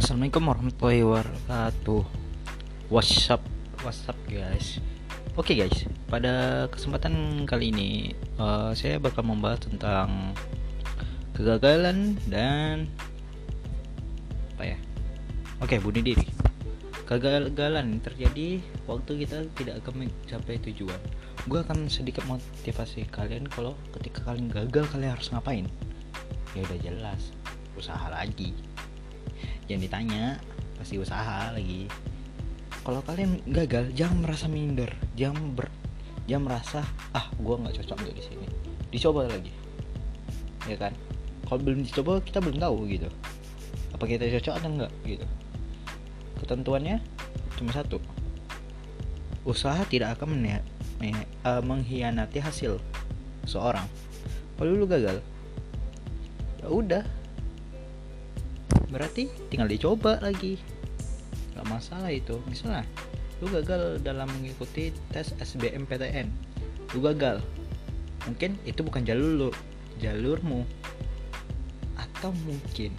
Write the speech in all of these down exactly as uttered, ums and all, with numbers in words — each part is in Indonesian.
Assalamualaikum warahmatullahi wabarakatuh. What's up, what's up guys. Oke okay guys, pada kesempatan kali ini uh, saya bakal membahas tentang kegagalan dan apa ya? Oke, okay, bunuh diri. Kegagalan terjadi waktu kita tidak akan mencapai tujuan. Gue akan sedikit motivasi kalian kalau ketika kalian gagal kalian harus ngapain. Ya udah jelas, usaha lagi. Jangan ditanya, pasti usaha lagi. Kalau kalian gagal, jangan merasa minder, jangan ber, jangan merasa ah gue nggak cocok untuk di sini. Dicoba lagi, ya kan? Kalau belum dicoba kita belum tahu gitu. Apa kita cocok atau enggak gitu. Ketentuannya cuma satu. Usaha tidak akan men- men- uh, mengkhianati hasil seorang. Kalau lu gagal, ya udah. Berarti tinggal dicoba lagi, nggak masalah itu. Misalnya lu gagal dalam mengikuti tes S B M P T N, lu gagal, mungkin itu bukan jalur lu, jalurmu, atau mungkin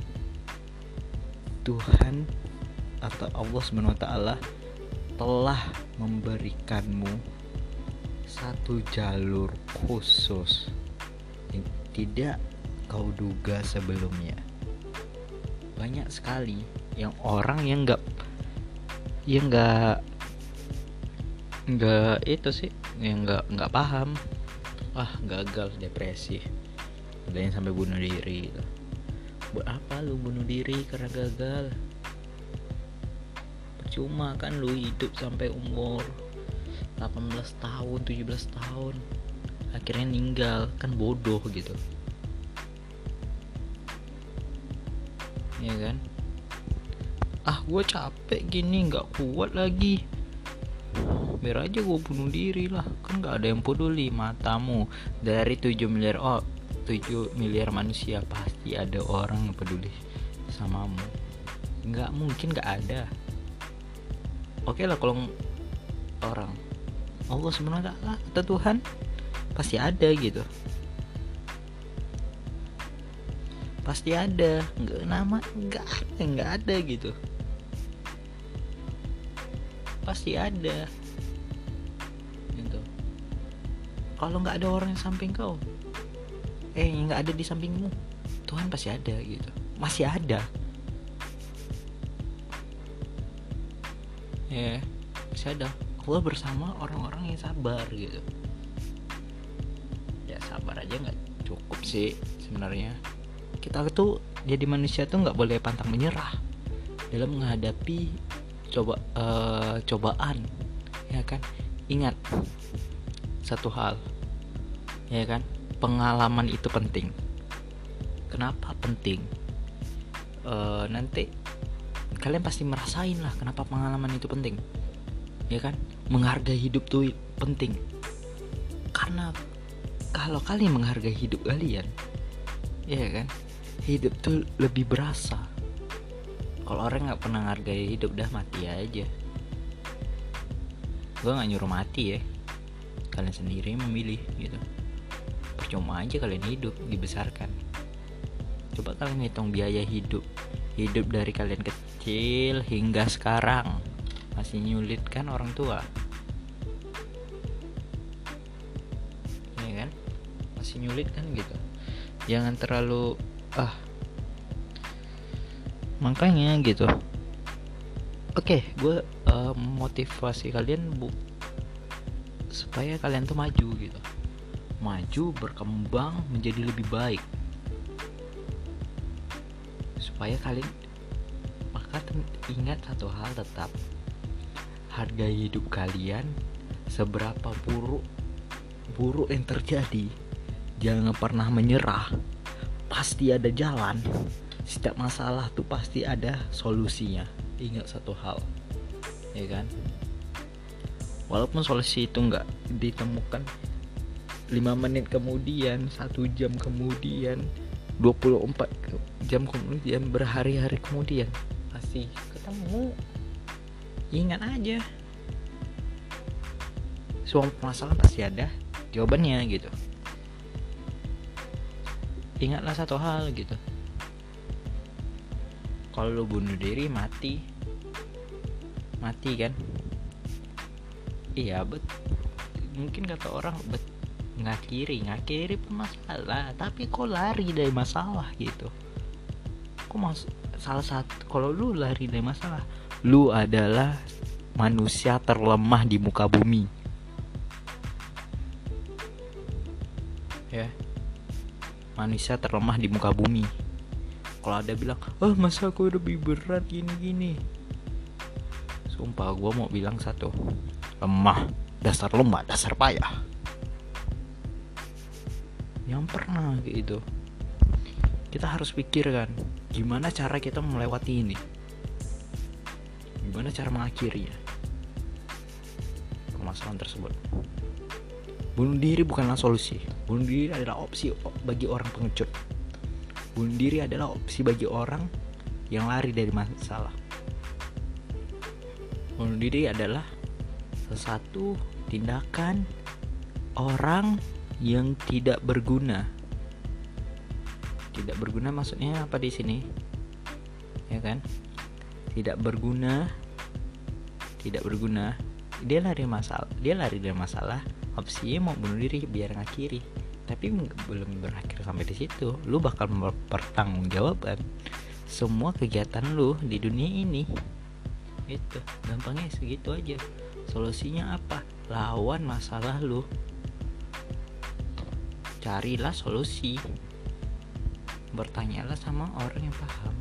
Tuhan atau Allah subhanahu wa taala telah memberikanmu satu jalur khusus yang tidak kau duga sebelumnya. Banyak sekali yang orang yang nggak yang nggak nggak itu sih yang nggak nggak paham, ah gagal depresi, ada yang sampai bunuh diri gitu. Buat apa lu bunuh diri karena gagal? Percuma kan lu hidup sampai umur delapan belas tahun, tujuh belas tahun, akhirnya ninggal, kan bodoh gitu. Ya kan? Ah gue capek gini, gak kuat lagi, biar aja gue bunuh diri lah. Kan gak ada yang peduli. Matamu, dari tujuh miliar oh tujuh miliar manusia pasti ada orang yang peduli samamu. Gak mungkin gak ada. Oke lah kalau orang, Allah subhanahu wa taala atau Tuhan pasti ada gitu. Pasti ada, nggak nama, nggak ada, nggak ada gitu. Pasti ada, gitu. Kalau nggak ada orang yang samping kau, eh nggak ada di sampingmu, Tuhan pasti ada gitu. Masih ada, ya, masih ada. Allah bersama orang-orang yang sabar gitu. Ya sabar aja nggak cukup sih sebenarnya. Kita tuh jadi manusia tuh nggak boleh pantang menyerah dalam menghadapi coba uh, cobaan, ya kan? Ingat satu hal, ya kan? Pengalaman itu penting. Kenapa penting? Uh, nanti kalian pasti merasain lah kenapa pengalaman itu penting, ya kan? Menghargai hidup tuh penting, karena kalau kalian menghargai hidup kalian, ya kan? Hidup tuh lebih berasa. Kalau orang nggak pernah menghargai hidup, dah mati aja. Gue nggak nyuruh mati ya, kalian sendiri memilih gitu. Percuma aja kalian hidup dibesarkan. Coba kalian hitung biaya hidup, hidup dari kalian kecil hingga sekarang masih nyulit kan orang tua, ya kan? Masih nyulit kan gitu. Jangan terlalu ah makanya gitu. Oke, gue uh, motivasi kalian bu supaya kalian tuh maju gitu, maju berkembang menjadi lebih baik, supaya kalian maka ingat satu hal, tetap hargai hidup kalian. Seberapa buruk buruk yang terjadi, jangan pernah menyerah. Pasti ada jalan. Setiap masalah tuh pasti ada solusinya. Ingat satu hal, ya kan? Walaupun solusi itu nggak ditemukan lima menit kemudian, satu jam kemudian, dua puluh empat jam kemudian, berhari-hari kemudian, pasti ketemu. Ingat aja, semua masalah pasti ada jawabannya gitu. Ingatlah satu hal gitu, Kalau lu bunuh diri mati, mati kan? Iya bet. Mungkin kata orang bet ngakhiri, ngakhiri pun masalah. Tapi kok lari dari masalah gitu? Kok mas salah satu kalau lu lari dari masalah, lu adalah manusia terlemah di muka bumi. Ya. Manusia terlemah di muka bumi. Kalau ada bilang, "Ah, oh, masa aku lebih berat gini-gini." Sumpah gue mau bilang satu, lemah, dasar lemah, dasar payah. Yang pernah gitu. Kita harus pikirkan gimana cara kita melewati ini, gimana cara mengakhirinya permasalahan tersebut. Bunuh diri bukanlah solusi. Bunuh diri adalah opsi bagi orang pengecut. Bunuh diri adalah opsi bagi orang yang lari dari masalah. Bunuh diri adalah sesuatu tindakan orang yang tidak berguna. Tidak berguna maksudnya apa di sini? Ya kan? Tidak berguna. Tidak berguna. Dia lari masalah. Dia lari dari masalah. Opsinya mau bunuh diri biar ngakhiri. Tapi belum berakhir sampai di situ. Lu bakal mempertanggungjawabkan semua kegiatan lu di dunia ini. Itu gampangnya segitu aja. Solusinya apa? Lawan masalah lu. Carilah solusi. Bertanyalah sama orang yang paham.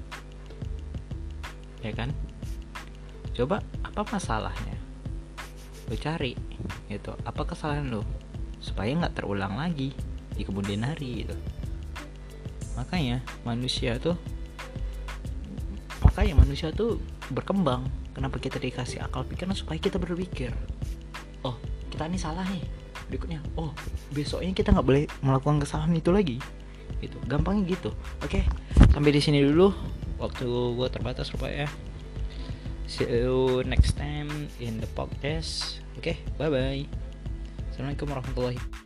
Ya kan? Coba apa masalahnya? Lu cari gitu. Apa kesalahan lu? Supaya nggak terulang lagi di kemudian hari gitu. Makanya manusia tuh makanya manusia tuh berkembang. Kenapa kita dikasih akal pikiran? Supaya kita berpikir, oh kita ini salah nih, berikutnya oh besoknya kita nggak boleh melakukan kesalahan itu lagi gitu. Gampangnya gitu. Oke, sampai di sini dulu, waktu gue terbatas rupanya. See you next time in the podcast. Oke, bye bye. Assalamualaikum warahmatullahi wabarakatuh.